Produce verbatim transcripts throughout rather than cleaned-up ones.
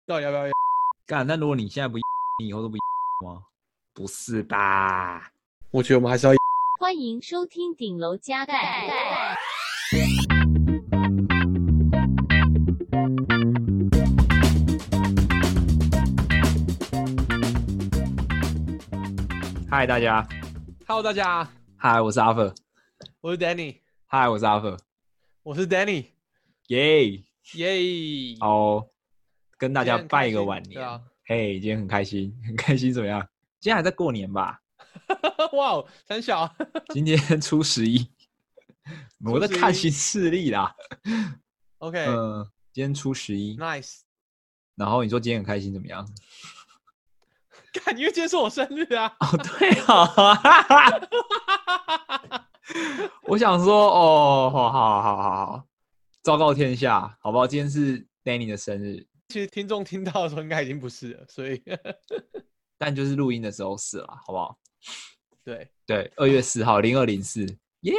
到底要不要？ 干，但如果你现在不，你以后都不吗？不是吧？ 我觉得我们还是要。 欢迎收听顶楼加盖。 嗨，大家。 Hello， 大家。 嗨，我是阿福。 我是 Danny。 嗨，我是阿福。 我是 Danny。 耶耶！ 好，跟大家拜个晚年。 啊、 嘿，今天很开心，很开心怎么样？今天还在过年吧？ 哇，三小。 今天初十一，我在看新势力啦。 OK。 嗯、呃，今天初十一 ，Nice。 然后你说今天很开心怎么样？ 干，因为今天是我生日啊！ 哦，对啊，我想说，哦，好好好好好，昭告天下，好不好？今天是 Danny 的生日， 其实听众听到的时候应该已经不是了，所以， 但就是录音的时候是啦，好不好？ 对对，二月四号零二零四，耶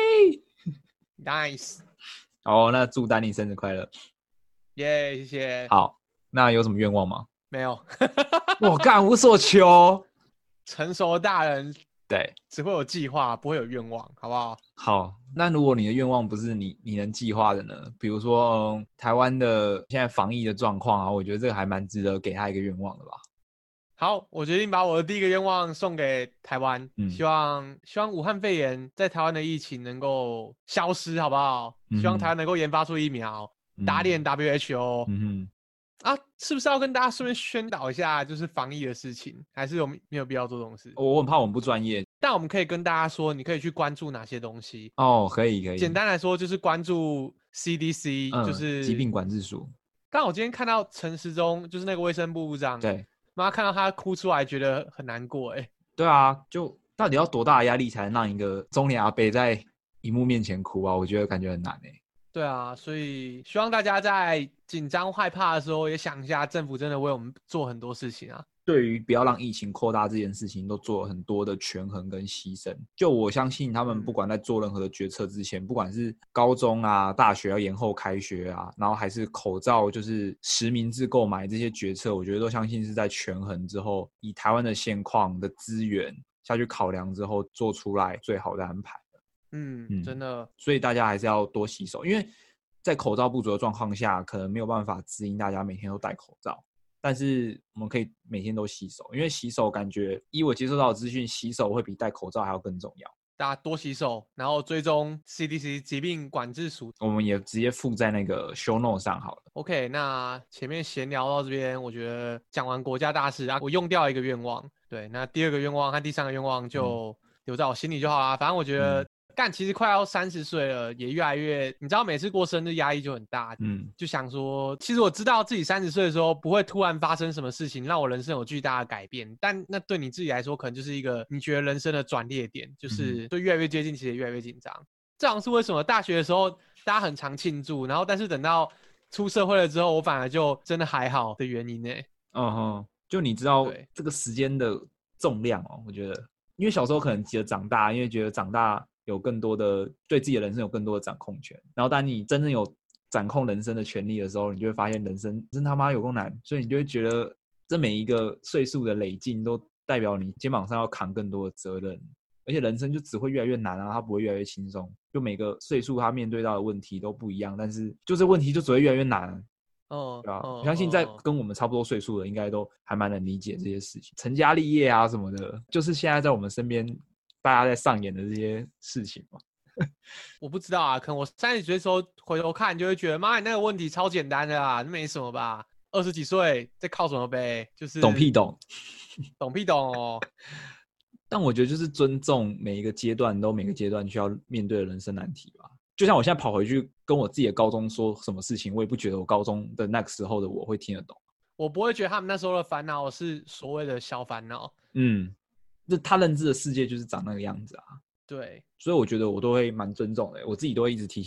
，Nice。 好，那祝 Danny 生日快乐， 耶，谢谢。 好，那有什么愿望吗？ 没有。 我干无所求。 成熟的大人对只会有计划，不会有愿望，好不好？ 好，那如果你的愿望不是你你能计划的呢？比如说、嗯、台湾的现在防疫的状况啊，我觉得这个还蛮值得给他一个愿望的吧。 好，我决定把我的第一个愿望送给台湾， 嗯、 希望希望武汉肺炎在台湾的疫情能够消失，好不好？ 嗯、 希望台湾能够研发出疫苗， 嗯、 打脸 W H O。 嗯啊，是不是要跟大家顺便宣导一下，就是防疫的事情？还是有没有必要做这种事？ 我很怕我们不专业， 但我们可以跟大家说，你可以去关注哪些东西。 哦，可以可以。 简单来说，就是关注 C D C，、 嗯、 就是疾病管制署。 刚好我今天看到陈时中，就是那个卫生部部长， 对， 妈看到他哭出来，觉得很难过。哎， 对啊，就到底要多大的压力才能让一个中年阿伯在荧幕面前哭啊？我觉得感觉很难哎、欸。 对啊，所以希望大家在紧张害怕的时候，也想一下，政府真的为我们做很多事情啊。 对于不要让疫情扩大这件事情，都做了很多的权衡跟牺牲。就我相信他们不管在做任何的决策之前，嗯、不管是高中啊、大学要延后开学啊，然后还是口罩就是实名制购买这些决策，我觉得都相信是在权衡之后，以台湾的现况的资源下去考量之后，做出来最好的安排。 嗯, 嗯，真的， 所以大家还是要多洗手，因为在口罩不足的状况下，可能没有办法指引大家每天都戴口罩，但是我们可以每天都洗手，因为洗手感觉依我接收到的资讯，洗手会比戴口罩还要更重要。 大家多洗手，然后追踪 C D C 疾病管制署， 我们也直接附在那个 show note 上好了。 OK， 那前面闲聊到这边，我觉得讲完国家大事啊，我用掉一个愿望，对，那第二个愿望和第三个愿望就留在我心里就好啦。反正我觉得、嗯。干，其实快要三十岁了，也越来越，你知道，每次过生日压力就很大，嗯，就想说，其实我知道自己三十岁的时候不会突然发生什么事情让我人生有巨大的改变，但那对你自己来说，可能就是一个你觉得人生的转捩点，就是就越来越接近，其实也越来越紧张。这好像是为什么大学的时候大家很常庆祝，然后但是等到出社会了之后，我反而就真的还好的原因呢？ 嗯哼，就你知道这个时间的重量哦，我觉得，因为小时候可能觉得长大，因为觉得长大。有更多的对自己的人生有更多的掌控权，然后当你真正有掌控人生的权利的时候，你就会发现人生真他妈有够难，所以你就会觉得这每一个岁数的累进都代表你肩膀上要扛更多的责任，而且人生就只会越来越难啊，它不会越来越轻松，就每个岁数他面对到的问题都不一样，但是就这问题就只会越来越难。哦，对啊，我相信在跟我们差不多岁数的应该都还蛮能理解这些事情，成家立业啊什么的，就是现在在我们身边大家在上演的这些事情嘛。 我不知道啊，可能我三十岁的时候回头看就会觉得，妈，你那个问题超简单的啦，那没什么吧？二十几岁在靠什么呗？就是懂屁懂， 懂屁懂哦。 但我觉得就是尊重每一个阶段，都每个阶段需要面对的人生难题吧。就像我现在跑回去跟我自己的高中说什么事情，我也不觉得我高中的那个时候的我会听得懂。 我不会觉得他们那时候的烦恼是所谓的小烦恼。 嗯。就他认知的世界就是长那个样子啊， 对， 所以我觉得我都会蛮尊重的，我自己都会一直提醒自己，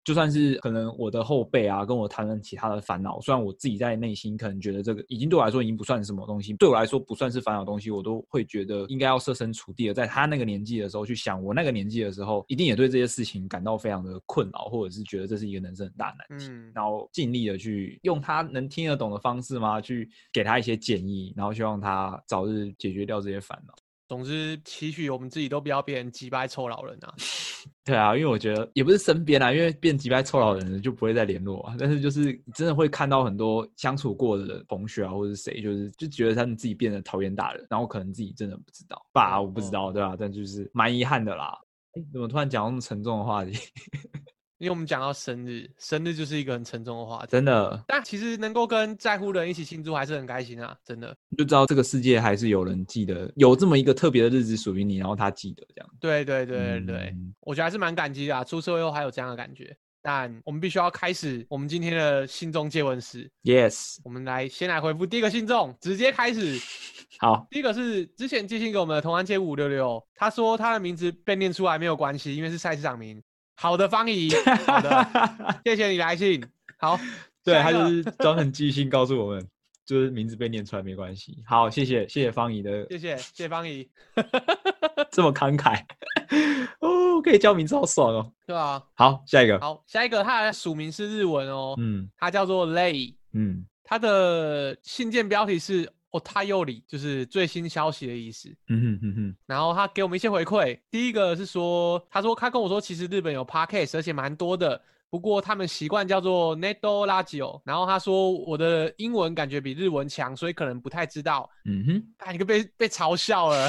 就算是可能我的后辈啊跟我谈论其他的烦恼，虽然我自己在内心可能觉得这个已经对我来说已经不算什么东西，对我来说不算是烦恼的东西，我都会觉得应该要设身处地的在他那个年纪的时候去想，我那个年纪的时候一定也对这些事情感到非常的困扰，或者是觉得这是一个人生很大的难题、嗯、然后尽力的去用他能听得懂的方式嘛，去给他一些建议，然后希望他早日解决掉这些烦恼。 总之期许我们自己都不要变成鸡掰臭老人啊。 对啊，因为我觉得也不是身边啊，因为变鸡掰臭老人就不会再联络啊，但是就是真的会看到很多相处过的同学啊或者是谁，就是就觉得他们自己变得讨厌大人，然后可能自己真的不知道吧，我不知道、哦、对啊，但就是蛮遗憾的啦。怎么突然讲那么沉重的话题？ 因为我们讲到生日，生日就是一个很沉重的话题， 真的。 但其实能够跟在乎的人一起庆祝，还是很开心啊，真的。 你就知道这个世界还是有人记得，有这么一个特别的日子属于你，然后他记得这样。 对对对对、嗯，我觉得还是蛮感激的啊，出社会后还有这样的感觉。但我们必须要开始我们今天的信众借问室。 Yes， 我们来先来回复第一个信众，直接开始。 好， 第一个是之前寄信给我们的同安街五六六，他说他的名字被念出来没有关系，因为是菜市场名。好的，方怡，好的，谢谢你来信。好， 对，他就是专门寄信告诉我们，就是名字被念出来没关系。好，谢谢，谢谢方怡的， 谢谢，谢谢方怡， 这么慷慨哦，可以叫名字好爽哦。 对啊， 好，下一个， 好，下一个，他的署名是日文哦，嗯，他叫做 Lay， 嗯，他的信件标题是Otayori， 就是最新消息的意思。嗯哼哼哼。然后他给我们一些回馈，第一个是说，他说他跟我说，其实日本有 podcast， 而且蛮多的，不过他们习惯叫做 Neto Radio。然后他说我的英文感觉比日文强，所以可能不太知道。嗯哼，哎，你个被被嘲笑了。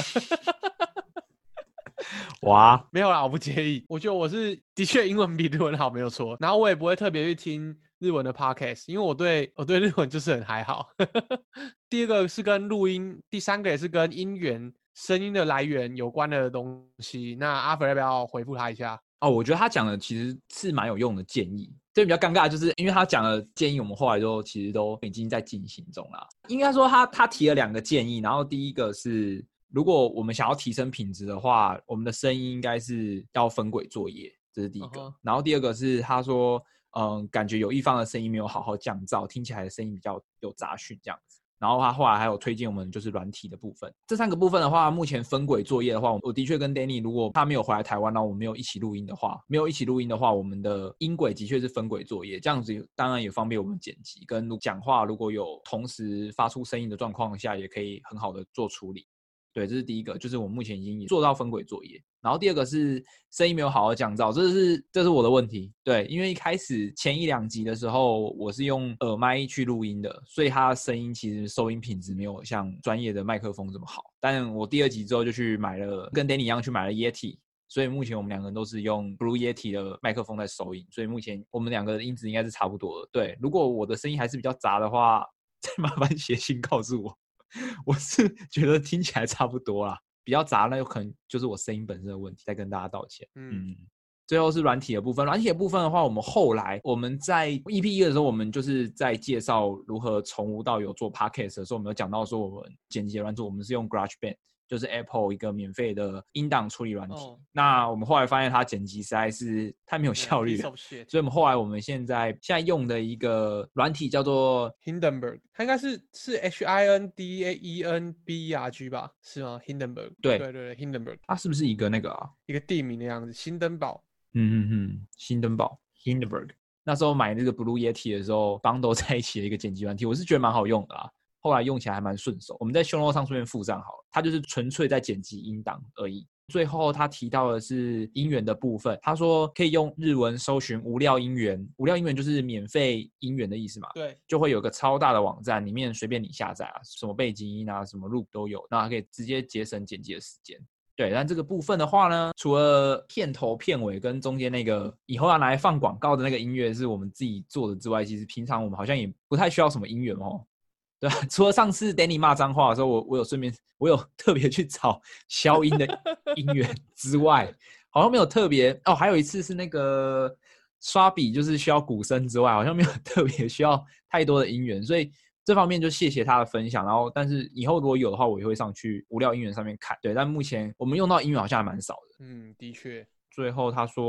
哇， 没有啦，我不介意。我觉得我是的确英文比日文好，没有错。然后我也不会特别去听日文的 podcast， 因为我对我对日文就是很还好。第二个是跟录音，第三个也是跟音源、声音的来源有关的东西。那阿弗要不要回复他一下？ 哦，我觉得他讲的其实是蛮有用的建议。这比较尴尬，就是因为他讲的建议，我们后来都其实都已经在进行中啦。应该说他他提了两个建议，然后第一个是，如果我们想要提升品质的话，我们的声音应该是要分轨作业，这是第一个。Uh-huh. 然后第二个是他说，嗯，感觉有一方的声音没有好好降噪，听起来的声音比较有杂讯这样子。然后他后来还有推荐我们就是软体的部分。这三个部分的话，目前分轨作业的话，我的确跟 Danny 如果他没有回来台湾，然后我们没有一起录音的话，没有一起录音的话，我们的音轨的确是分轨作业，这样子当然也方便我们剪辑跟讲话，如果有同时发出声音的状况下，也可以很好的做处理。对，这是第一个，就是我们目前已经做到分轨作业。然后第二个是声音没有好好降噪，这是这是我的问题。对，因为一开始前一两集的时候，我是用耳麦去录音的，所以它的声音其实收音品质没有像专业的麦克风这么好。但我第二集之后就去买了，跟 Danny 一样去买了 Yeti， 所以目前我们两个人都是用 Blue Yeti 的麦克风在收音，所以目前我们两个的音质应该是差不多的。对，如果我的声音还是比较杂的话，再麻烦写信告诉我。我是觉得听起来差不多啦，比较杂那有可能就是我声音本身的问题，再跟大家道歉。嗯，嗯最后是软体的部分，软体的部分的话，我们后来我们在 E P 一 的时候，我们就是在介绍如何从无到有做 Podcast 的时候，我们有讲到说我们剪辑的软体，我们是用 GarageBand， 就是 Apple 一个免费的音档处理软体。哦、那我们后来发现它剪辑实在是太没有效率了， yeah, 所以我们后来我们现在现在用的一个软体叫做 Hindenburg， 它应该是是 H I N D A E N B E R G 吧？是吗 ？Hindenburg， 对对对对 ，Hindenburg， 它是不是一个那个啊？ 一个地名的样子，新登堡。 嗯嗯嗯，新登堡 Hindenburg。那时候买那个 Blue Yeti 的时候 ，bundle 在一起的一个剪辑软体，我是觉得蛮好用的啦。后来用起来还蛮顺手。我们在 show note 上顺便附上好了，它就是纯粹在剪辑音档而已。最后他提到的是音源的部分，他说可以用日文搜寻无料音源，无料音源就是免费音源的意思嘛？ 对， 就会有个超大的网站，里面随便你下载啊，什么背景音啊，什么 loop 都有，那可以直接节省剪辑的时间。对，但这个部分的话呢，除了片头、片尾跟中间那个以后要拿来放广告的那个音乐是我们自己做的之外，其实平常我们好像也不太需要什么音源哦。对，除了上次 Danny 骂脏话的时候，我我有顺便我有特别去找消音的音源之外，好像没有特别哦。还有一次是那个刷笔，就是需要鼓声之外，好像没有特别需要太多的音源，所以这方面就谢谢他的分享。然后，但是以后如果有的话，我也会上去无料音源上面看。对，但目前我们用到音源好像还蛮少的。 嗯，的确。 最后他说，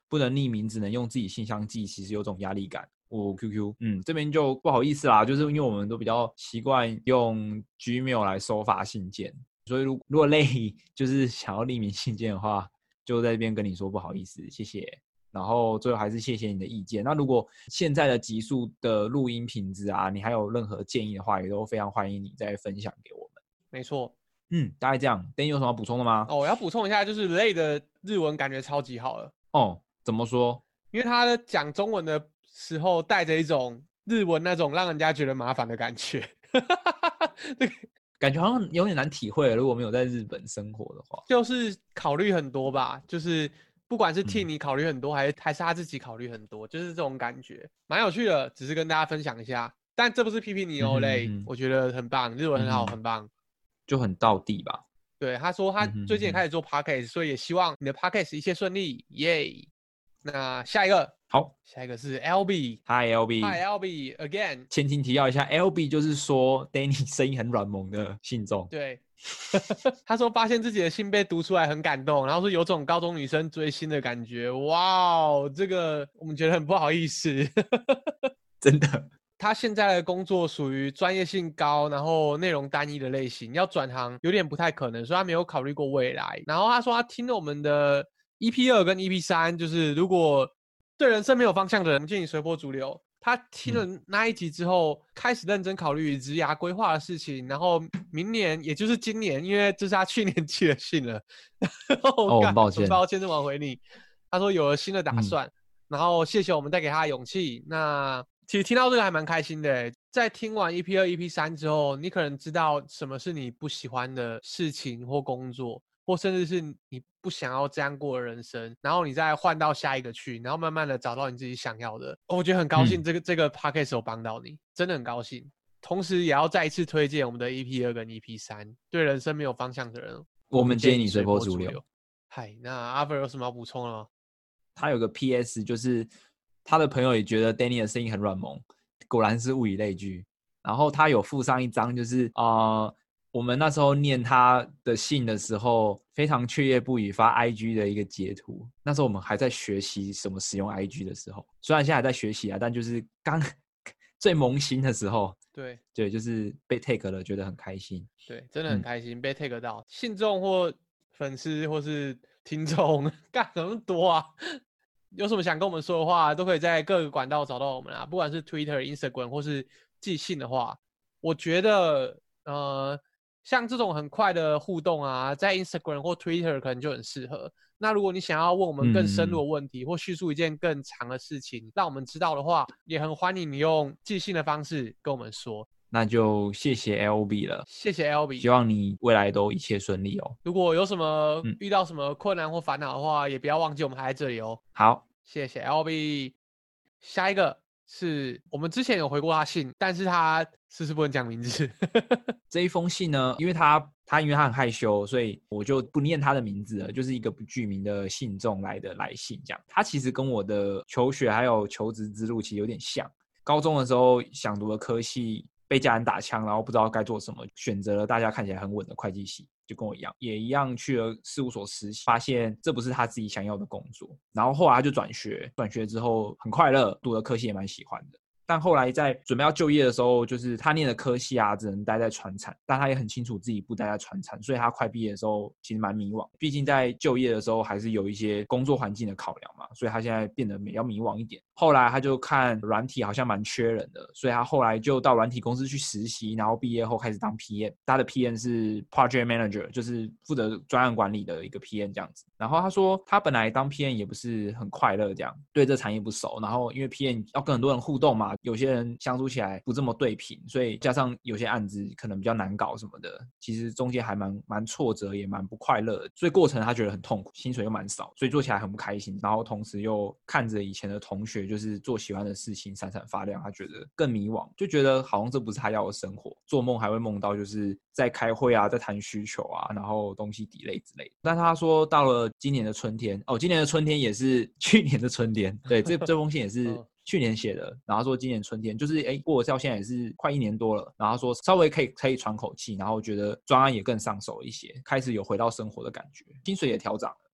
不能匿名，只能用自己信箱寄，其实有种压力感。我、哦、Q Q， 嗯，这边就不好意思啦，就是因为我们都比较习惯用 Gmail 来收发信件，所以如如果累，就是想要匿名信件的话，就在这边跟你说不好意思，谢谢。然后最后还是谢谢你的意见。那如果现在的集数的录音品质啊，你还有任何建议的话，也都非常欢迎你再分享给我们。 没错， 嗯，大概这样。Danny 有什么要补充的吗？ 哦，我要补充一下，就是 Lay 的日文感觉超级好了。 哦，怎么说？ 因为他讲中文的时候带着一种日文那种让人家觉得麻烦的感觉， 感觉好像有点难体会。如果没有在日本生活的话， 就是考虑很多吧，就是不管是替你考虑很多，嗯、还是还是他自己考虑很多，就是这种感觉，蛮有趣的。只是跟大家分享一下，但这不是批评你哦，嘞、嗯，我觉得很棒，日文很好，嗯、很棒， 就很道地吧。 对，他说他最近也开始做 podcast，、嗯、所以也希望你的 podcast 一切顺利，耶、yeah ！那下一个， 好， 下一个是 L B。Hi L B，Hi L B again。 前情提要一下 ，L B 就是说 Danny 声音很软萌的信众。 对，他说发现自己的信被读出来很感动，然后说有种高中女生追星的感觉。哇哦，这个我们觉得很不好意思。 真的。 他现在的工作属于专业性高，然后内容单一的类型，要转行有点不太可能，所以他没有考虑过未来。然后他说他听了我们的 E P 二跟 E P 三，就是如果对人生没有方向的人，建议随波逐流。他听了那一集之后，嗯、开始认真考虑职涯规划的事情，然后明年，也就是今年，因为这是他去年寄的信了。 哦，很抱歉， 很抱歉，这么回你。他说有了新的打算，嗯、然后谢谢我们带给他的勇气。那其实听到这个还蛮开心的。在听完 E P 二、E P 三之后，你可能知道什么是你不喜欢的事情或工作，或甚至是你不想要这样过的人生，然后你再换到下一个去，然后慢慢的找到你自己想要的。我觉得很高兴这个、嗯、这个 podcast 有幫到你，真的很高兴。同时也要再一次推荐我们的 E P 二跟 E P 三，对人生没有方向的人， 我们建议你随波逐流。 嗨，那阿伯有什么要补充的吗？ 他有个 P S， 就是他的朋友也觉得 Danny 的声音很软萌，果然是物以类聚。然后他有附上一张，就是呃，我们那时候念他的信的时候，非常雀跃不已发 I G 的一个截图。那时候我们还在学习什么使用 I G 的时候，虽然现在还在学习啊，但就是刚最萌新的时候。 对对，就是被 take 了，觉得很开心。 对，真的很开心、嗯、被 take 到。信众或粉丝或是听众，干什么多啊？有什么想跟我们说的话，都可以在各个管道找到我们啊，不管是 Twitter、Instagram 或是寄信的话，我觉得呃，像这种很快的互动啊，在 Instagram 或 Twitter 可能就很适合。那如果你想要问我们更深入的问题，嗯、或叙述一件更长的事情，让我们知道的话，也很欢迎你用寄信的方式跟我们说。 那就谢谢 L B 了， 谢谢 L B， 希望你未来都一切顺利哦。 如果有什么、嗯、遇到什么困难或烦恼的话，也不要忘记我们还在这里哦。 好， 谢谢 L B。下一个是我们之前有回过他信，但是他是不是不能讲名字？ 这一封信呢，因为他他因为他很害羞，所以我就不念他的名字了，就是一个不具名的信众来的来信这样。他其实跟我的求学还有求职之路其实有点像。高中的时候想读的科系被家人打枪，然后不知道该做什么，选择了大家看起来很稳的会计系，就跟我一样，也一样去了事务所实习，发现这不是他自己想要的工作。然后后来他就转学，转学之后很快乐，读的科系也蛮喜欢的。但后来在准备要就业的时候，就是他念的科系啊，只能待在传产，但他也很清楚自己不待在传产，所以他快毕业的时候其实蛮迷惘。毕竟在就业的时候还是有一些工作环境的考量嘛，所以他现在变得比较迷惘一点。后来他就看软体好像蛮缺人的，所以他后来就到软体公司去实习，然后毕业后开始当 P M。他的 P M 是 Project Manager， 就是负责专案管理的一个 P M 这样子。然后他说他本来当 P M 也不是很快乐，这样对这产业不熟，然后因为 P M 要跟很多人互动嘛，有些人相处起来不这么对频，所以加上有些案子可能比较难搞什么的，其实中间还蛮蛮挫折，也蛮不快乐的。所以过程他觉得很痛苦，薪水又蛮少，所以做起来很不开心。然后同时又看着以前的同学就是做喜欢的事情闪闪发亮，他觉得更迷惘，就觉得好像这不是他要的生活。做梦还会梦到就是在开会啊，在谈需求啊，然后东西delay之类的。但他说到了今年的春天，哦，今年的春天也是去年的春天，对，这这封信也是去年写的。然后说今年春天就是哎，过了到现在也是快一年多了，然后说稍微可以可以喘口气，然后觉得专案也更上手一些，开始有回到生活的感觉，薪水也调涨了。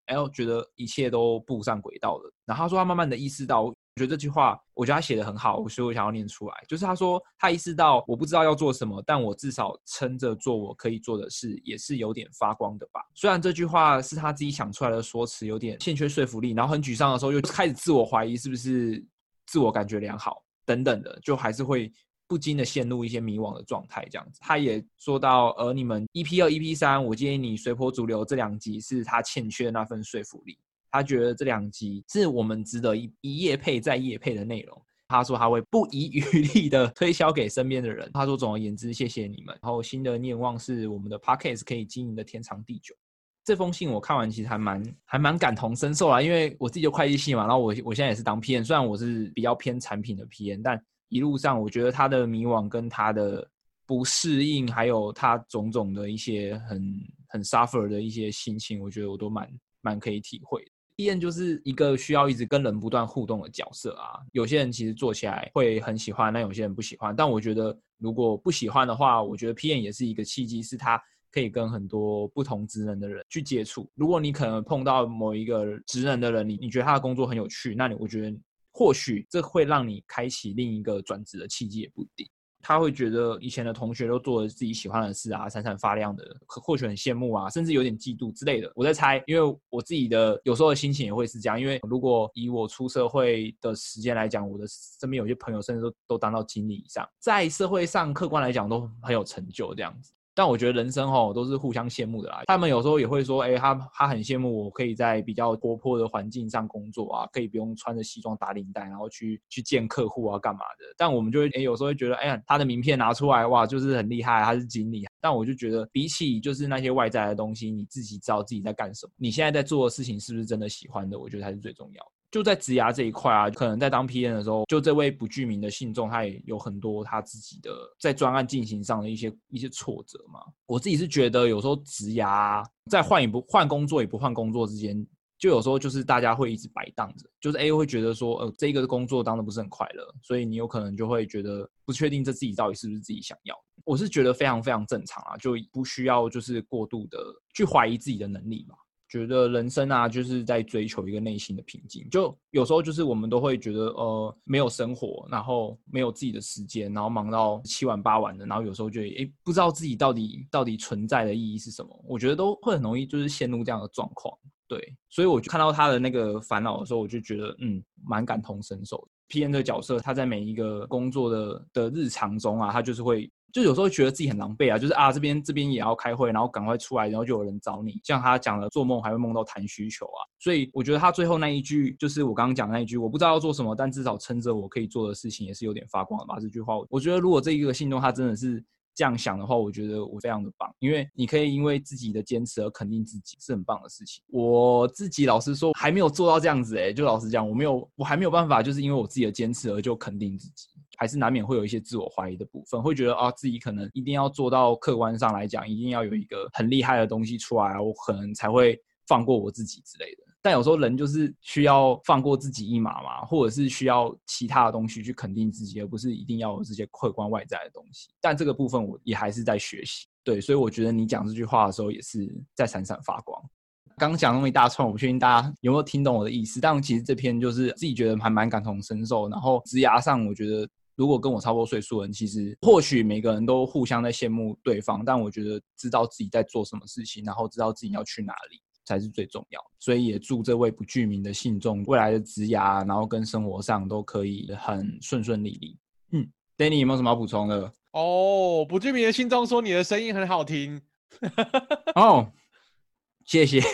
哎呦，觉得一切都步上轨道了。然后他说他慢慢的意识到，我觉得这句话，我觉得他写得很好，所以我想要念出来。就是他说他意识到我不知道要做什么，但我至少撑着做我可以做的事，也是有点发光的吧。虽然这句话是他自己想出来的说辞，有点欠缺说服力，然后很沮丧的时候又开始自我怀疑是不是自我感觉良好等等的，就还是会不禁的陷入一些迷惘的状态这样子。他也说到而你们 E P 二 E P 三 我建议你随波逐流这两集是他欠缺的那份说服力，他觉得这两集是我们值得一一业配再业配的内容。他说他会不遗余力的推销给身边的人。他说总而言之谢谢你们，然后新的愿望是我们的 Podcast 可以经营的天长地久。这封信我看完其实还蛮还蛮感同身受啦，因为我自己就会计系嘛，然后我我现在也是当 P M， 虽然我是比较偏产品的 P M， 但一路上我觉得他的迷惘跟他的不适应，还有他种种的一些很很 suffer 的一些心情，我觉得我都蛮蛮可以体会的。P M 就是一个需要一直跟人不断互动的角色啊，有些人其实做起来会很喜欢，但有些人不喜欢。但我觉得如果不喜欢的话，我觉得 P M 也是一个契机，是他可以跟很多不同职能的人去接触。如果你可能碰到某一个职能的人，你你觉得他的工作很有趣，那你我觉得或许这会让你开启另一个转职的契机也不一定。他会觉得以前的同学都做了自己喜欢的事啊，闪闪发亮的，或许很羡慕啊，甚至有点嫉妒之类的。我在猜，因为我自己的有时候的心情也会是这样。因为如果以我出社会的时间来讲，我的身边有些朋友甚至 都, 都当到经理以上，在社会上客观来讲都很有成就这样子。但我觉得人生齁都是互相羡慕的啦。他们有时候也会说，哎、欸，他他很羡慕我可以在比较活泼的环境上工作啊，可以不用穿着西装打领带，然后去去见客户啊，干嘛的。但我们就会，哎、欸，有时候会觉得，哎、欸，他的名片拿出来，哇，就是很厉害，他是经理。但我就觉得，比起就是那些外在的东西，你自己知道自己在干什么，你现在在做的事情是不是真的喜欢的，我觉得才是最重要的。就在职涯这一块啊，可能在当 P M 的时候，就这位不具名的信众，他也有很多他自己的在专案进行上的一些一些挫折嘛。我自己是觉得有时候职涯啊，在换与不换工作与不换工作之间，就有时候就是大家会一直摆荡着，就是 A 会觉得说，呃，这个工作当得不是很快乐，所以你有可能就会觉得不确定这自己到底是不是自己想要的。我是觉得非常非常正常啊，就不需要就是过度的去怀疑自己的能力嘛。觉得人生啊，就是在追求一个内心的平静。就有时候就是我们都会觉得，呃，没有生活，然后没有自己的时间，然后忙到七晚八晚的，然后有时候就诶不知道自己到底到底存在的意义是什么。我觉得都会很容易就是陷入这样的状况。对，所以我就看到他的那个烦恼的时候，我就觉得嗯，蛮感同身受的。P M 这个角色，他在每一个工作的的日常中啊，他就是会。就有时候觉得自己很狼狈啊，就是啊这边这边也要开会，然后赶快出来，然后就有人找你。像他讲了，做梦还会梦到谈需求啊，所以我觉得他最后那一句，就是我刚刚讲的那一句，我不知道要做什么，但至少撑着我可以做的事情，也是有点发光的吧。这句话，我觉得如果这一个信众他真的是这样想的话，我觉得我非常的棒，因为你可以因为自己的坚持而肯定自己，是很棒的事情。我自己老实说还没有做到这样子、欸、就老实讲，我没有，我还没有办法，就是因为我自己的坚持而就肯定自己。还是难免会有一些自我怀疑的部分，会觉得啊自己可能一定要做到客观上来讲，一定要有一个很厉害的东西出来，我可能才会放过我自己之类的。但有时候人就是需要放过自己一马嘛，或者是需要其他的东西去肯定自己，而不是一定要有这些客观外在的东西。但这个部分我也还是在学习，对，所以我觉得你讲这句话的时候也是在闪闪发光。刚讲那么一大串，我不确定大家有没有听懂我的意思，但其实这篇就是自己觉得还蛮感同身受。然后职涯上，我觉得如果跟我差不多岁数的人，其实或许每个人都互相在羡慕对方，但我觉得知道自己在做什么事情，然后知道自己要去哪里才是最重要的。所以也祝这位不具名的信众未来的职涯，然后跟生活上都可以很顺顺利利。嗯 ，Danny 有没有什么要补充的？ 哦，不具名的信众说你的声音很好听。 哦，谢谢，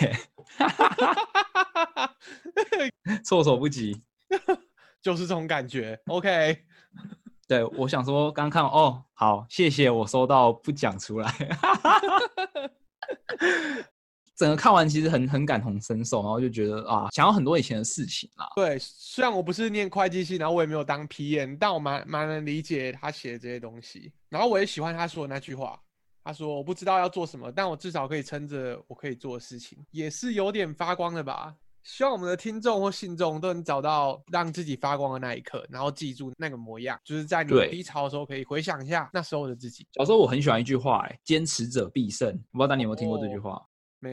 措手不及。 就是这种感觉 ，OK。 对，我想说，刚看哦，好，谢谢，我收到，不讲出来。整个看完其实很很感同身受，然后就觉得啊，想要很多以前的事情啦。 对，虽然我不是念会计系，然后我也没有当 P M， 但我蛮蛮能理解他写的这些东西。然后我也喜欢他说的那句话，他说我不知道要做什么，但我至少可以撑着我可以做的事情，也是有点发光的吧。希望我们的听众或信众都能找到让自己发光的那一刻，然后记住那个模样，就是在你低潮的时候可以回想一下那时候的自己。 小时候我很喜欢一句话、欸，坚持者必胜。我不知道你有没有听过这句话？ 哦，没有。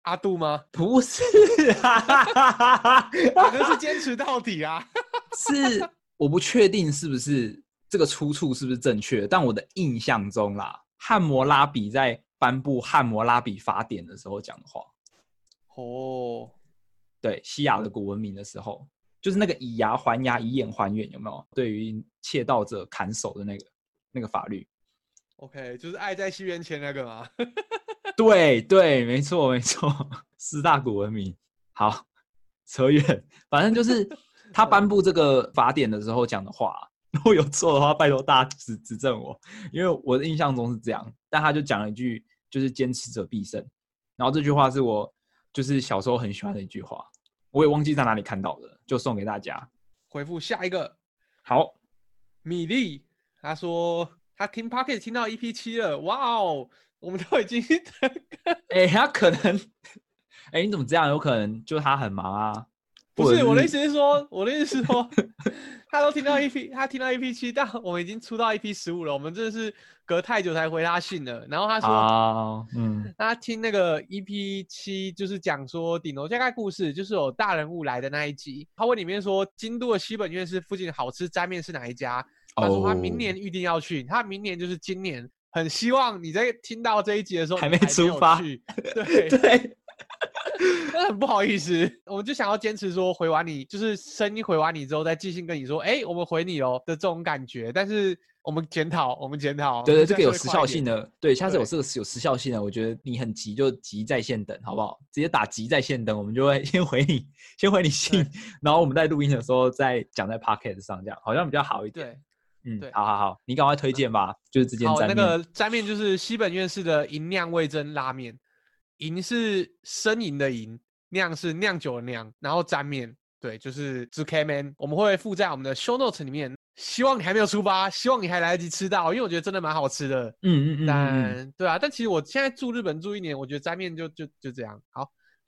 阿杜吗？ 不是啊，那是坚持到底啊。 是我不确定是不是这个出处是不是正确，但我的印象中啦，汉谟拉比在颁布汉谟拉比法典的时候讲的话。 哦， 对，西亚的古文明的时候，就是那个以牙还牙，以眼还眼，有没有？对于窃盗者砍手的那个那个法律。 OK， 就是爱在西元前那个嘛。 对对，没错没错，四大古文明。好，扯远，反正就是他颁布这个法典的时候讲的话，如果有错的话，拜托大家指指正我，因为我的印象中是这样。但他就讲了一句，就是坚持者必胜。然后这句话是我就是小时候很喜欢的一句话，我也忘记在哪里看到的，就送给大家。 回复下一个， 好， 米粒，他说他听 Podcast 听到 E P 七了，哇哦，我们都已经哎、欸，他可能，哎、欸，你怎么这样？有可能就是他很忙啊。 不是，是我的意思是说，我的意思是说，他都听到 E P， 他听到 E P 七，但我们已经出到 E P 十五了，我们真的是隔太久才回他信了。然后他说， 啊，嗯， 他听那个 E P 七，就是讲说顶楼加盖故事，就是有大人物来的那一集。他问里面说，京都的西本院是附近好吃沾面是哪一家？他说他明年预定要去，他明年就是今年。很希望你在听到这一集的时候还没出发， 对对， 那很不好意思，我们就想要坚持说回完你，就是声音回完你之后再寄信跟你说，哎、欸，我们回你哦的这种感觉。但是我们检讨，我们检讨， 对对，这个有时效性的，对，下次有这个有时效性的，我觉得你很急就急在线等，好不好？直接打急在线等，我们就会先回你，先回你信，然后我们在录音的时候再讲在 podcast 上，这样好像比较好一点。 对。 嗯，对，好好好，你赶快推荐吧，嗯、就是这间沾面。 好，那个沾面就是西本院士的银酿味噌拉面，银是呻吟的吟，酿是酿酒的酿，然后沾面，对，就是 Zukemen， 我们会附在我们的 show notes 里面。希望你还没有出发，希望你还来得及吃到，因为我觉得真的蛮好吃的。 嗯嗯嗯。 但对啊，但其实我现在住日本住一年，我觉得沾面就就就这样。好，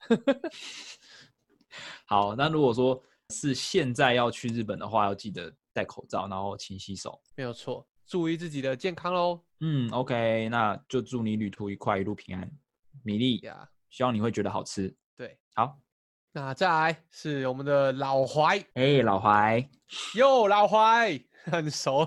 好，那如果说是现在要去日本的话，要记得戴口罩，然后勤洗手， 没有错，注意自己的健康咯。 嗯 ，OK， 那就祝你旅途愉快，一路平安。米粒， yeah. 希望你会觉得好吃。 对， 好， 那再来是我们的老怀， 哎、欸，老怀， 哟，老怀很熟。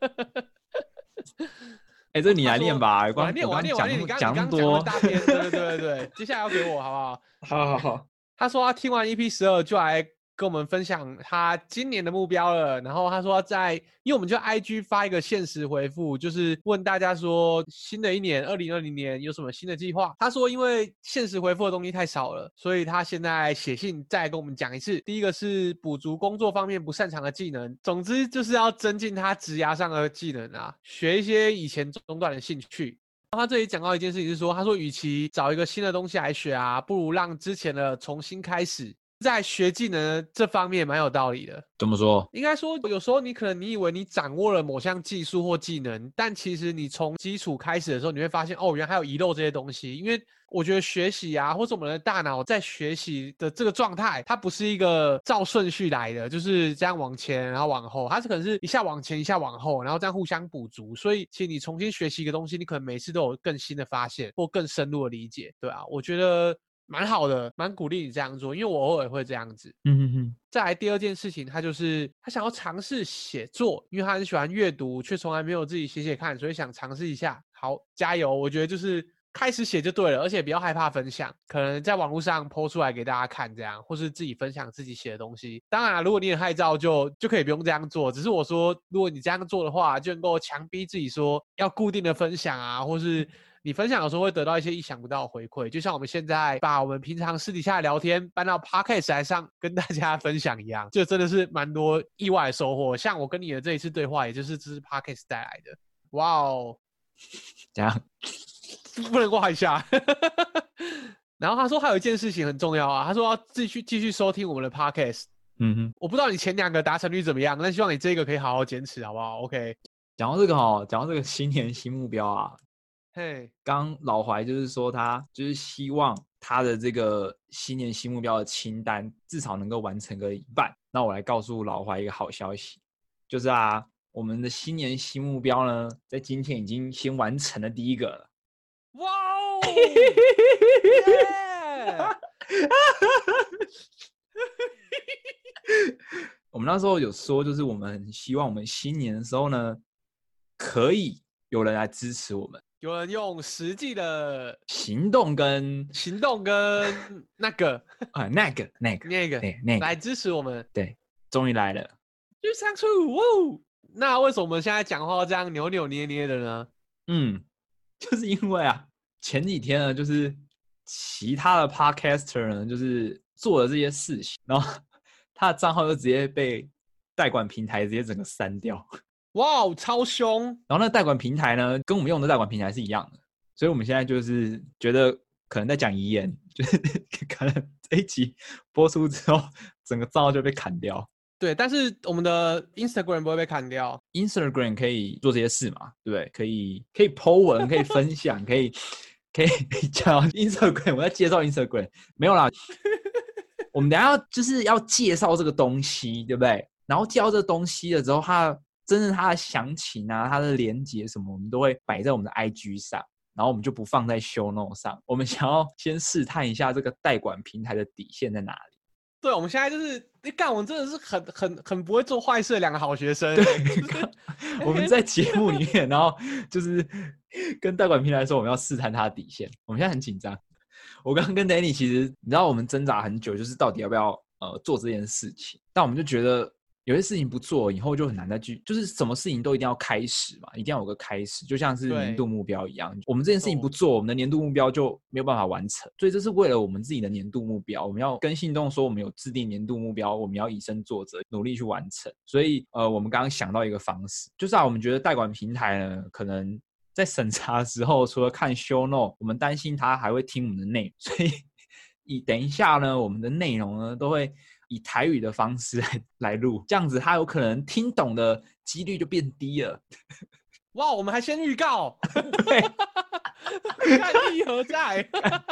哎、欸，这你来念吧， 我来念，我来念，我来念。你刚刚讲那么大篇，对对对对，接下来要给我好不好？ 好好好。 他说他听完 E P 十二就来跟我们分享他今年的目标了，然后他说在，因为我们就 I G 发一个限时回复，就是问大家说新的一年二零二零年有什么新的计划。他说因为限时回复的东西太少了，所以他现在写信再跟我们讲一次。第一个是补足工作方面不擅长的技能，总之就是要增进他职涯上的技能啊，学一些以前中断的兴趣。他这里讲到一件事情是说，他说与其找一个新的东西来学啊，不如让之前的重新开始。在学技能这方面蛮有道理的。 怎么说？ 应该说有时候你可能你以为你掌握了某项技术或技能，但其实你从基础开始的时候，你会发现哦，原来还有遗漏这些东西。因为我觉得学习啊，或者我们的大脑在学习的这个状态，它不是一个照顺序来的，就是这样往前然后往后，它是可能是一下往前一下往后，然后这样互相补足。所以其实你重新学习一个东西，你可能每次都有更新的发现或更深入的理解，对啊，我觉得蛮好的，蛮鼓励你这样做，因为我偶尔会这样子。 嗯哼哼。 再来第二件事情，他就是他想要尝试写作，因为他很喜欢阅读，却从来没有自己写写看，所以想尝试一下。好，加油！我觉得就是开始写就对了，而且不要害怕分享，可能在网络上 po 出来给大家看，这样，或是自己分享自己写的东西。当然，如果你很害臊，就就可以不用这样做。只是我说，如果你这样做的话，就能够强逼自己说要固定的分享啊，或是你分享的时候会得到一些意想不到的回馈，就像我们现在把我们平常私底下的聊天搬到 podcast 来上跟大家分享一样，就真的是蛮多意外的收获。像我跟你的这一次对话，也就是这是 podcast 带来的。哇哦， 这样不能挂一下。然后他说还有一件事情很重要啊，他说要继续继续收听我们的 podcast。 嗯哼， 我不知道你前两个达成率怎么样，但希望你这个可以好好坚持，好不好 ？OK。 讲到这个哦，讲到这个新年新目标啊。 嘿， 刚老怀就是说他就是希望他的这个新年新目标的清单至少能够完成个一半。那我来告诉老怀一个好消息，就是啊，我们的新年新目标呢，在今天已经先完成了第一个了。 哇哦！ 我们那时候有说，就是我们很希望我们新年的时候呢，可以有人来支持我们， 有人用实际的行动跟行动跟那个啊那个那个那个对那个来支持我们。 对，终于来了。 去上处哇！那为什么我们现在讲话这样扭扭捏捏的呢？ 嗯，就是因为啊，前几天呢，就是其他的 podcaster 呢，就是做了这些事情，然后他的账号就直接被代管平台直接整个删掉。 哇，超凶！ 然后那代管平台呢，跟我们用的代管平台是一样的，所以我们现在就是觉得可能在讲遗言，就是可能这一集播出之后，整个账号就被砍掉。 对，但是我们的 Instagram 不会被砍掉。 Instagram 可以做这些事嘛？对不对？可以可以 po 文，可以分享，可以可以讲 Instagram。我在介绍 Instagram， 没有啦。我们等一下就是要介绍这个东西，对不对？然后介绍这个东西了之后，它真正它的详情啊，它的连结什么，我们都会摆在我们的 I G 上，然后我们就不放在 show note 上。我们想要先试探一下这个代管平台的底线在哪里。 对，我们现在就是你干，我们真的是很很很不会做坏事的两个好学生。 对，我们在节目里面，然后就是跟代管平台说我们要试探他的底线。我们现在很紧张。我刚刚跟 Danny 其实你知道我们挣扎很久，就是到底要不要呃做这件事情，但我们就觉得有些事情不做以后就很难再去，就是什么事情都一定要开始嘛，一定要有个开始，就像是年度目标一样。我们这件事情不做，我们的年度目标就没有办法完成。所以这是为了我们自己的年度目标，我们要跟信众说我们有制定年度目标，我们要以身作则，努力去完成。所以呃，我们刚刚想到一个方式，就是啊，我们觉得代管平台呢，可能在审查的时候，除了看 show note， 我们担心他还会听我们的内容，所以以等一下呢，我们的内容呢都会以台语的方式 来, 来录，这样子他有可能听懂的几率就变低了。 哇，我们还先预告， 对， 看意何在？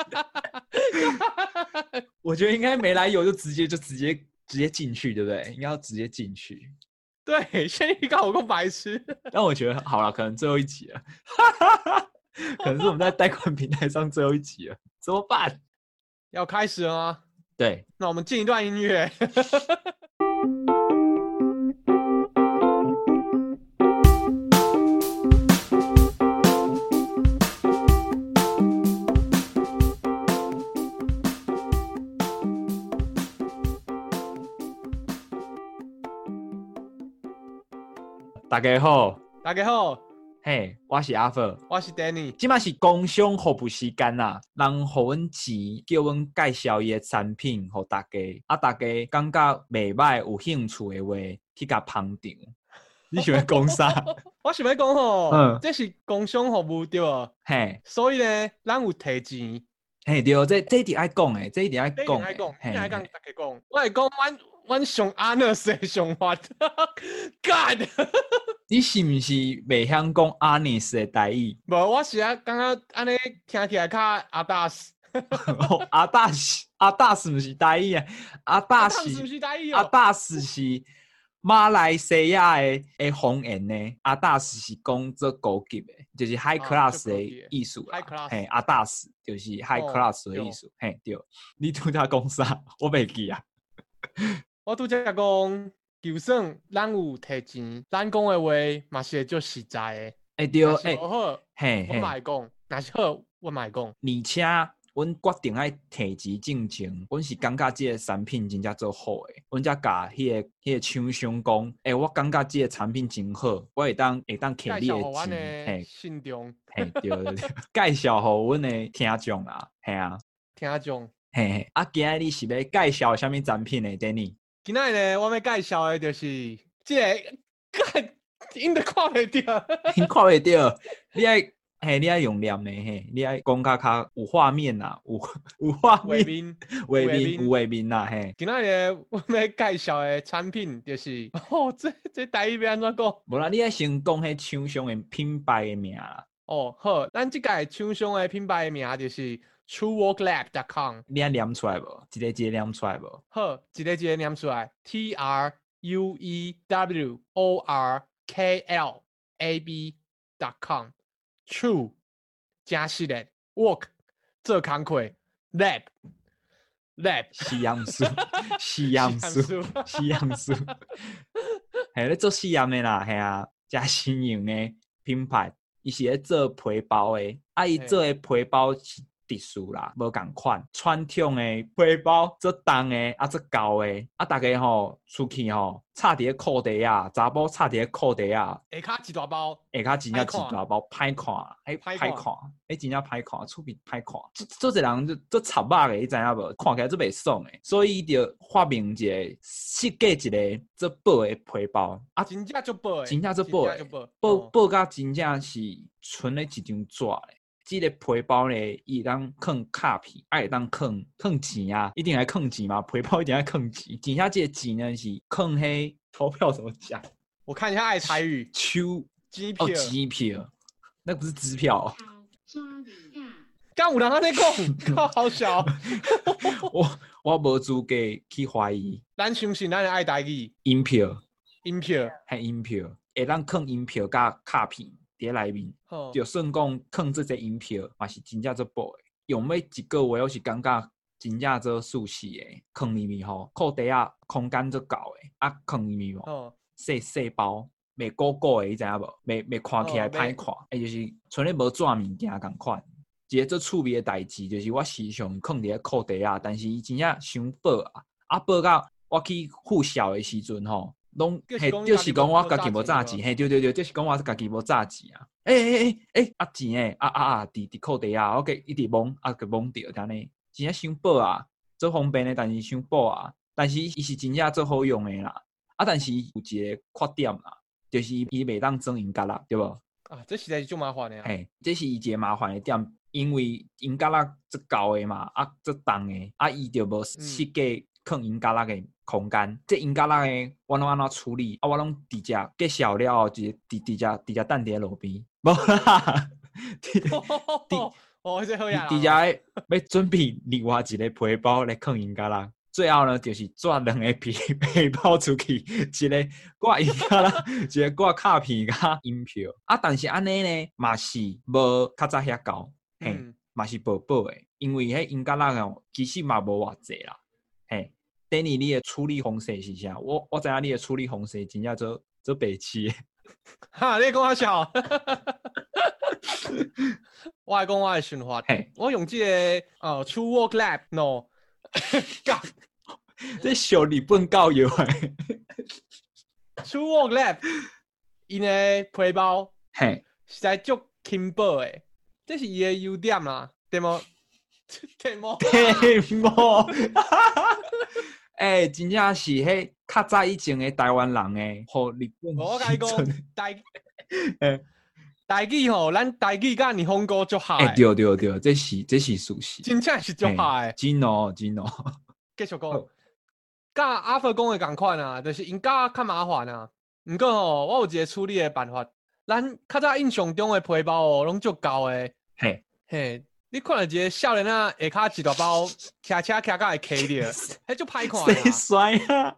我觉得应该没来由就直接就直接直接进去，对不对？应该要直接进去。 对，先预告我够白痴。 但我觉得好了，可能最后一集了，可能是我们在代管平台上最后一集了，怎么办？ 要开始了吗？ 对， 那我们进一段音乐。 大家好， 大家好， 嘿，我是阿佛， 我是 Danny， 现在是工商服务时间啦，人给我们钱，叫我们介绍伊的产品给大家，啊，大家感觉袂歹，有兴趣的话，去甲捧场。你想要讲啥？ 我想要讲吼，嗯，这是工商服务对吧？ 嘿， 所以呢，咱有提钱。 嘿，对，这这一定爱讲诶，这一定爱讲， 这一定爱讲，一定爱讲，大家讲。我是讲，阮阮上 honest 的想法 ，God。 你是不是袂晓讲 honest 的台语？ 无，我是啊，感觉安尼听起来较阿达斯。 阿达斯，阿达斯不是台语啊，阿达斯不是台语哦， 阿达斯是马来西亚的的方言呢。阿达斯是讲做高级的，就是 high class 的艺术啦。嘿，阿达斯就是 high class 的艺术。嘿，对，你拄则讲啥？我袂记啊。 我拄则讲。就算咱有提钱，咱讲的话嘛是足实在的。 哎对，哎， 好， 嘿， 我嘛会讲，若是好，我嘛会讲。 而且，阮决定爱提钱进前，阮是感觉这个产品真正做好诶。阮才甲迄个迄个厂商讲，诶、欸，我感觉这个产品真好，我会当会当摕你的钱， 嘿，信中， 嘿，对对对，介绍互阮的听众啦，嘿啊， 听众， 嘿嘿，啊，今日你是要介绍啥物产品呢 ？Danny？ 今仔呢，我要介绍的就是这个，干，因都看袂到， 因看袂到，你爱嘿，你爱用念的嘿，你爱讲较较有画面呐，有有画面，画面有画面呐嘿。 今仔呢，我要介绍的产品就是，哦，这这台语要安怎讲？ 无啦，你爱先讲迄厂商的品牌的名啦。 哦，好，咱即个厂商的品牌的名就是。true work lab dot com， 你爱念出来无？一个一个念出来无？ 好，一个一个念出来。T R U E W O R K L A B dot com，true 真实的 work 做工课 lab lab 西洋书，西洋书，西洋书，嘿，咧做西洋的啦，系啊，加新颖的品牌，伊是咧做皮包的，啊，伊做的皮包是特殊啦，无共款，传统的皮包做重的，啊，做厚的，啊，大家吼出去吼，插伫咧裤底啊，查某插伫咧裤底啊， 下骹一大包， 下骹真正一大包，歹看，哎，歹看，哎，真正歹看，厝边歹看，做做一人就做插肉的，你知影无？看起来做袂爽的，所以伊就发明一个设计一个做薄的皮包， 啊，真正做薄的， 真正做薄的，薄薄甲真正是纯的一张纸的。这个皮包咧，伊当放卡片，爱当放放钱啊，一定爱放钱嘛，皮包一定爱放钱。真正这个钱呢是放迄钞票怎么讲？ 我看一下爱财语， 抽机票， 哦，机票，那不是支票、哦。 刚有人在讲，靠，好小。 我我无资格去怀疑。 咱相信咱的爱台语。 银票， 银票， 系银票，会当放银票甲卡片。伫内面，就算讲放这些银票，嘛是真正做薄的。用每一个月，我是感觉真正做舒适的，放里面吼，裤底啊空间做够的，啊放里面吼，细细包，袂鼓鼓的，你知影无？袂袂看起来歹看，诶，就是像咧无纸物件共款。一个做趣味的代志，就是我时常放伫咧裤底啊，但是伊真正伤薄啊，啊薄到我去附小的时阵吼。拢嘿，就是讲我家己无炸钱，嘿，对对对，就是讲我家己无炸钱啊！诶诶诶诶，啊钱诶，啊啊啊，伫伫裤底啊，我给一直摸，啊个摸着，安尼，真正伤薄啊，做方便诶，但是伤薄啊，但是伊是真正做好用诶啦，啊，但是有一个缺点啦，就是伊袂当装银角啦，对无？ 啊，这实在是足麻烦诶。 嘿，这是伊一个麻烦诶点，因为银角啦做厚诶嘛，啊做重诶，啊伊就无设计放银角啦诶。空间，这银角啦个，我拢安怎处理？啊，我拢直接结小了后，直直直接直接等伫路边，无啦。 哦，这好呀。 直接要准备另外一个皮包来放银角啦。最后呢，就是抓两个皮皮包出去，一个挂银角啦，一个挂卡片甲银票。啊，但是安尼呢，嘛是无较早遐高，嘿，嘛是薄薄的，因为迄银角啦哦，其实嘛无偌济啦，嘿。等你你的处理方式是啥？我我知影你的处理方式真正做做白痴。 哈，你讲我笑。我来讲我的想法，我用这个呃 True Work Lab no， 干， 这小日本教育诶。 True Work Lab， 因的皮包， 嘿， 实在足轻薄诶，这是伊的优点啦，对无？对无？ 对无？诶、欸，真正是迄较早以前诶台湾人诶，互日本我甲你讲，台诶台语吼，咱台语甲日本語足好诶。 对对对，这是这是事實， 真正是足好诶。 真哦真哦。 繼續講，甲阿佛講誒共款啊，就是因甲較麻煩啊。毋過吼，我有一個處理誒辦法。咱較早印象中誒皮包哦，攏足厚誒。 嘿嘿。你看到一個少年啊，下骹一大包，騎車騎到會卡着，迄足歹看啊！ 誰帥啊？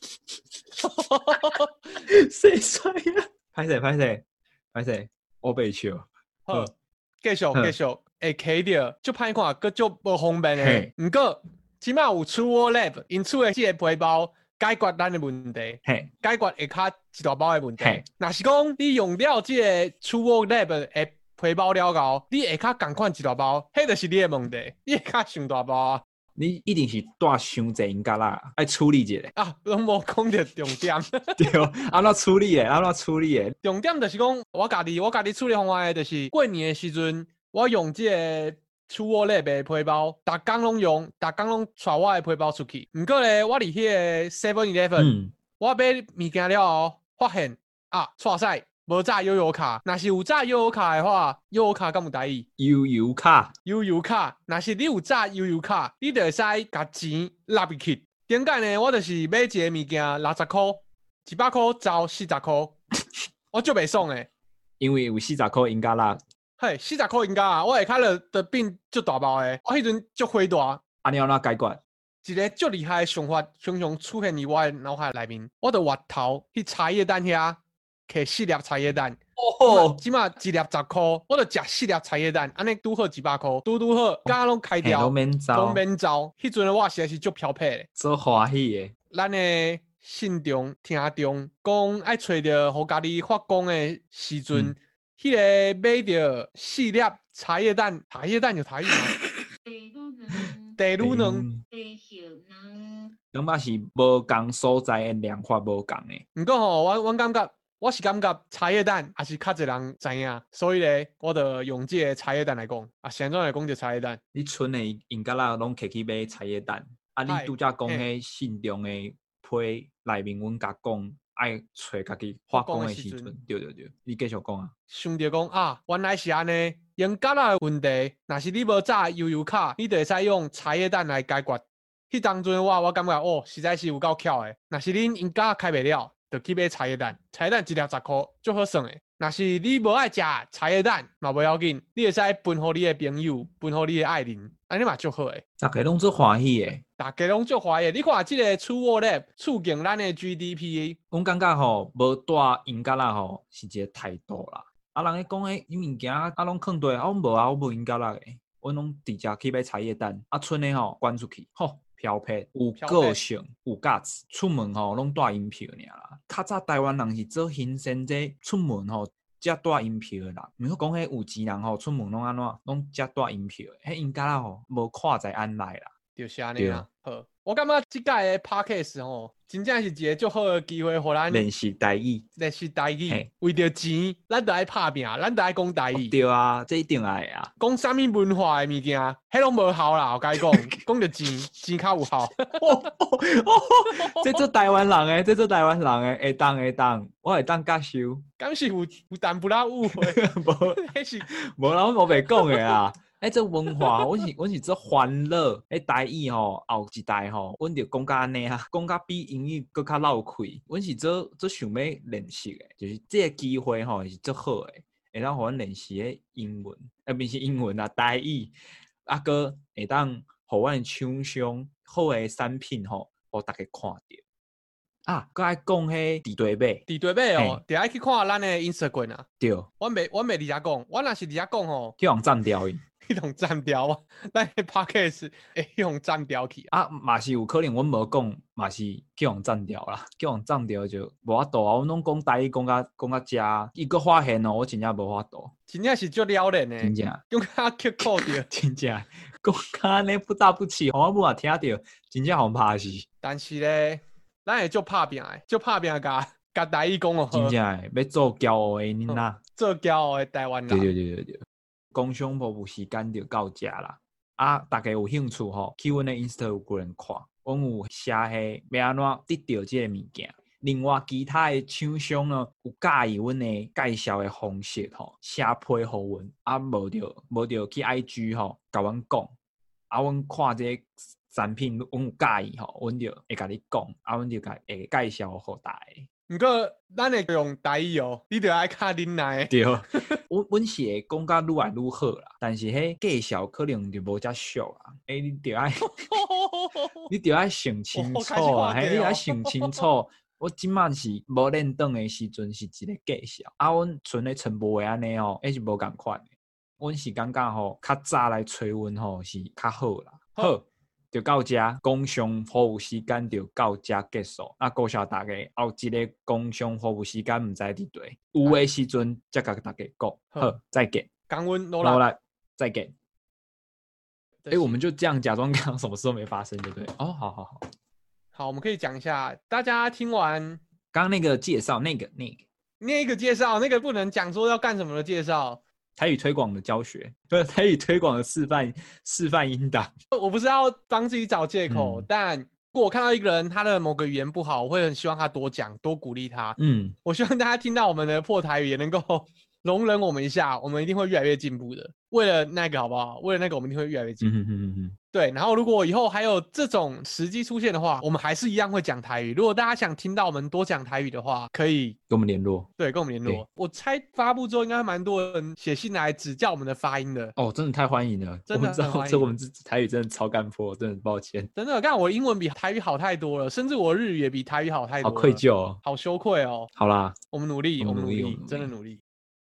誰帥啊？歹勢歹勢歹勢，我袂笑。 好，繼續繼續，會卡着，足歹看，佮足無方便誒。毋過，起碼有 True Lab 因出誒即個皮包，解決咱誒問題，解決下骹一大包誒問題。若是講你用了即個 True Lab 誒。皮包了後，你下骹共款一大包，迄就是你的問題。你下骹上大包啊！ 你一定是帶傷濟銀角啦，愛處理一下。 啊，攏無講到重點。 對，安怎處理誒？安怎處理誒？ 重點就是講，我家己我家己處理方法就是過年誒時陣，我用即個True Work Lab的皮包，逐工攏用，逐工攏帶我的皮包出去。毋過咧，我佇迄個 seven eleven，、嗯、我買物件了後，發現啊，錯曬。無炸悠遊卡，若是有炸悠遊卡的話，悠遊卡敢有台語？ 悠遊卡， 悠遊卡，若是你有炸悠遊卡，你就會使甲錢納入去。點解呢？我就是買一個物件六十塊，一百塊走四十塊，我足袂爽誒。 因為有四十塊銀角啦。 嘿，四十塊銀角啊！我下骹就就變足大包誒，我迄陣足火大。 安尼要怎解決？ 一個足厲害誒想法，常常出現佇我誒腦海內面。我著挖頭去茶葉蛋遐。摕四粒茶葉蛋， 哦， 起码一粒十块，我就食四粒茶叶蛋，安尼拄好一百块，拄拄好，刚刚拢开掉， 拢免走， 拢免走。迄阵我实在是足漂泊的， 做欢喜的。 咱的信中、听中讲爱找着互家己发光的时阵，迄、嗯、个买着四粒茶叶蛋，茶叶蛋有台语吗？地卤卵，地叶卵， 感觉是无共所在的量法无共的。 毋过吼，我我感觉。我是感觉茶叶蛋也是较侪人知影，所以咧，我就用这个茶叶蛋来讲啊。现在来讲就茶叶蛋， 你村的因家啦拢摕去买茶叶蛋，啊，你拄则讲迄信中的批内面，阮甲讲爱找家己发光的时阵，对对对，你继续讲啊。 想着讲啊，原来是安尼，用家啦的问题，若是你无炸悠悠卡，你就会使用茶叶蛋来解决。迄当阵我我感觉哦，实在是有够巧的。若是恁因家开袂了。就去买茶叶蛋，茶叶蛋一粒十块，足好算的。若是你无爱食茶叶蛋，嘛不要紧，你会使分互你的朋友，分互你的爱人，安尼嘛足好的。 大家拢足欢喜的， 大家拢足欢喜。你看这个出货咧，促进咱的 G D P。 我感觉吼，无带因家啦吼，是一个态度啦。啊，人咧讲诶，伊物件啊，拢囥对，啊，我无啊，我无因家啦诶，我拢直接去买茶叶蛋，啊，剩诶吼，关出去，吼。漂泊有个性有价值，出门吼拢带银票尔啦。较早台湾人是做新鲜这出门吼，才带银票的人。毋好讲迄有钱人吼，出门拢安怎，拢才带银票的。迄因家啦吼，无看在眼内啦。 就是安尼啦。好，我感觉即届的 podcast 吼，真正是一个足好的机会，互咱练习台语， 练习台语。为着钱，咱就爱拍拼，咱就爱讲台语。 对啊，这一定爱啊。 讲啥物文化的物件，迄拢无效啦。我甲你讲，讲着钱，钱较有效。 这做台湾人诶，这做台湾人诶，会当会当，我会当接受。 敢是有有淡薄仔误会， 无， 迄是无啦，我无袂讲诶啊。哎，这文化，阮是阮是做欢乐。哎，台语吼，后一代吼，阮就讲甲安尼啊，讲甲比英语搁较绕开。阮是做做想要练习诶，就是这个机会吼是足好诶，会当互阮练习诶英文，啊，不是英文啊，台语，啊，搁会当互阮厂商好诶产品吼，互大家看到。啊，搁爱讲迄地对尾， 地对尾哦，得爱去看咱诶 Instagram 啊。 对， 我袂我袂直接讲，我若是直接讲吼， 去互占掉伊。 迄种占掉啊，咱的 podcast 会迄种占掉去啊，嘛是有可能阮无讲，嘛是叫人占掉啦，叫人占掉就无法度啊。阮拢讲台语讲甲讲甲遮，伊个发现哦，我真正无法度， 真正是足了然诶， 真正用甲曲扣着， 真正讲甲安尼不大不起，我母也听着，真正互拍死。 但是咧，咱会足拍拼诶，足拍拼甲甲台语讲哦， 真正诶，要做骄傲诶囡仔， 做骄傲诶台湾人。 对对对对对。工商服务时间就到这啦，啊，大家有兴趣吼，去阮的 Instagram 看，阮有写迄要安怎得到这个物件。另外，其他的厂商呢，有介意阮的介绍的方式吼，写批互阮，啊，无着无着去 I G 吼，甲阮讲，啊，阮看这个产品，阮有介意吼，阮就会甲你讲，啊，阮就甲会介绍互大家。 毋过，咱会用台语哦，你着爱较忍耐。 对，阮阮是会讲甲愈来愈好啦，但是迄介绍可能就无遮俗啦。诶，你着爱，你着爱想清楚啊，嘿，你着爱想清楚。我即满是无练档的时阵是一个介绍，啊，阮存咧全部的安尼吼，迄是无共款的。阮是感觉吼，较早来找阮吼是较好啦。好。就到这，工商服务时间就到这结束。啊，多谢大家，后一个工商服务时间唔知伫对，有的时阵再甲大家讲。好，再见。 感恩努力，再见。哎、欸，我们就这样假装刚刚什么事都没发生，对不对？哦，好好好， 好，我们可以讲一下，大家听完刚刚那个介绍，那个那个那个介绍，那个不能讲说要干什么的介绍。 台语推广的教学，对，台语推广的示范示范音档。 我不是要帮自己找借口，嗯、但如果我看到一个人他的某个语言不好，我会很希望他多讲，多鼓励他。嗯，我希望大家听到我们的破台语也能够容忍我们一下，我们一定会越来越进步的。为了那个好不好？为了那个我们一定会越来越进步。嗯哼哼哼对，然后如果以后还有这种时机出现的话，我们还是一样会讲台语。如果大家想听到我们多讲台语的话，可以跟我们联络。 对，跟我们联络。我猜发布之后，应该蛮多人写信来指教我们的发音的。 哦，真的太欢迎了！ 真的我知道，这我们台语真的超干破，真的很抱歉。 真的，看我英文比台语好太多了，甚至我日语也比台语好太多了。 好愧疚哦， 好羞愧哦。 好啦， 我们努力，我们努力，真的努力。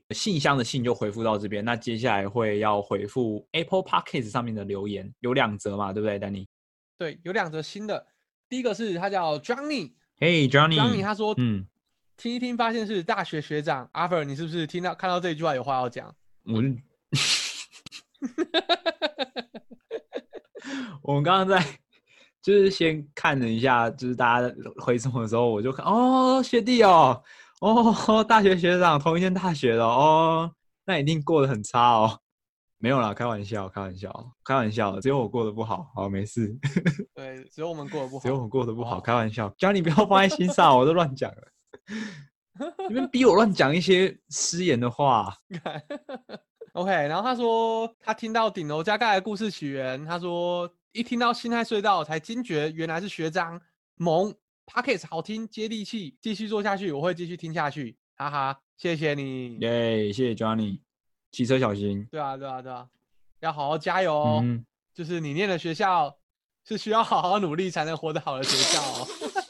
信箱的信就回复到这边，那接下来会要回复 Apple Podcast 上面的留言，有两则嘛，对不对 ，Danny？ 对，有两则新的，第一个是他叫 Johnny， Hey Johnny， Johnny 他说， 嗯， 听一听发现是大学学长阿 Ver， 你是不是听到看到这一句话有话要讲？ 我我们刚刚在就是先看了一下，就是大家回什么的时候，我就看哦，学弟哦，哦，大学学长，同一间大学的哦，那一定过得很差哦。没有啦，开玩笑，开玩笑，开玩笑，只有我过得不好，好，没事。 对，只有我们过得不好， 只有我过得不好，开玩笑，叫你不要放在心上，我都乱讲了。你们逼我乱讲一些失言的话。 OK， 然后他说他听到顶楼加盖的故事起源，他说一听到辛亥隧道才惊觉原来是学长，萌 Podcast 好听接地气，继续做下去，我会继续听下去，哈哈，谢谢你， 耶、yeah, 谢谢 Johnny， 骑车小心。 对啊对啊对啊，要好好加油哦，嗯、就是你念的学校是需要好好努力才能活得好的学校哦。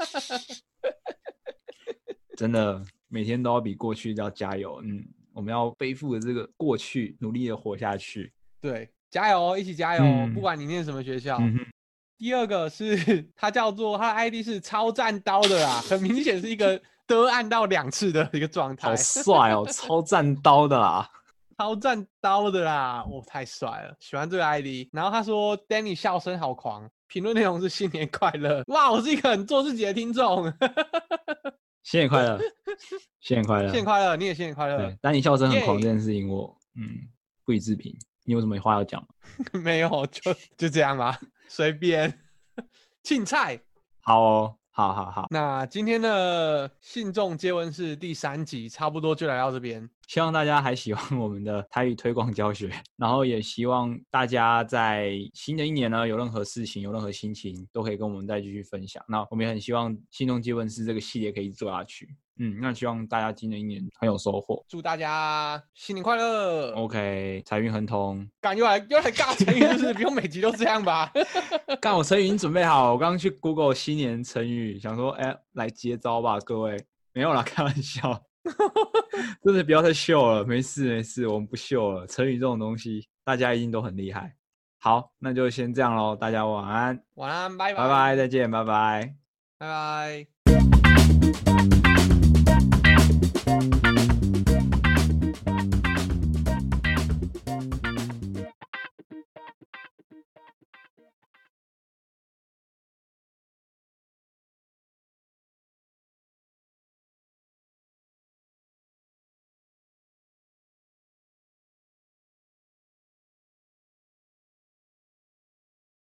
真的每天都要比过去要加油，嗯。我们要背负着这个过去，努力的活下去。 对，加油，一起加油！嗯、不管你念什么学校。嗯、第二个是他叫做他的 I D 是超战刀的啦，很明显是一个得按到两次的一个状态。 好帅哦，超战刀的啦， 超战刀的啦，我、哦、太帅了，喜欢这个 I D。然后他说 Danny 笑声好狂，评论内容是新年快乐。哇，我是一个很做自己的听众。 新年快乐，新年快乐， 新年快乐，你也新年快乐。 对，但你笑声很狂这件事情我，我嗯不予置评。你有什么话要讲吗？ 没有，就就这样吧，随便。青菜， 好哦，好好好。 那今天的信众接文是第三集，差不多就来到这边。 希望大家还喜欢我们的台语推广教学，然后也希望大家在新的一年呢，有任何事情、有任何心情，都可以跟我们再继续分享。那我们也很希望信众接文是这个系列可以做下去。嗯，那希望大家今年一年很有收获， 祝大家新年快乐。 OK， 财运亨通。 干又来又来尬成语，就是不用每集都这样吧？ 干我成语已经准备好，我刚刚去 Google 新年成语，想说，哎，来接招吧，各位。没有啦，开玩笑。真的不要再秀了，没事没事，我们不秀了。成语这种东西，大家一定都很厉害。好，那就先这样咯，大家晚安。 晚安，拜拜。 拜拜，再见，拜拜。 拜拜。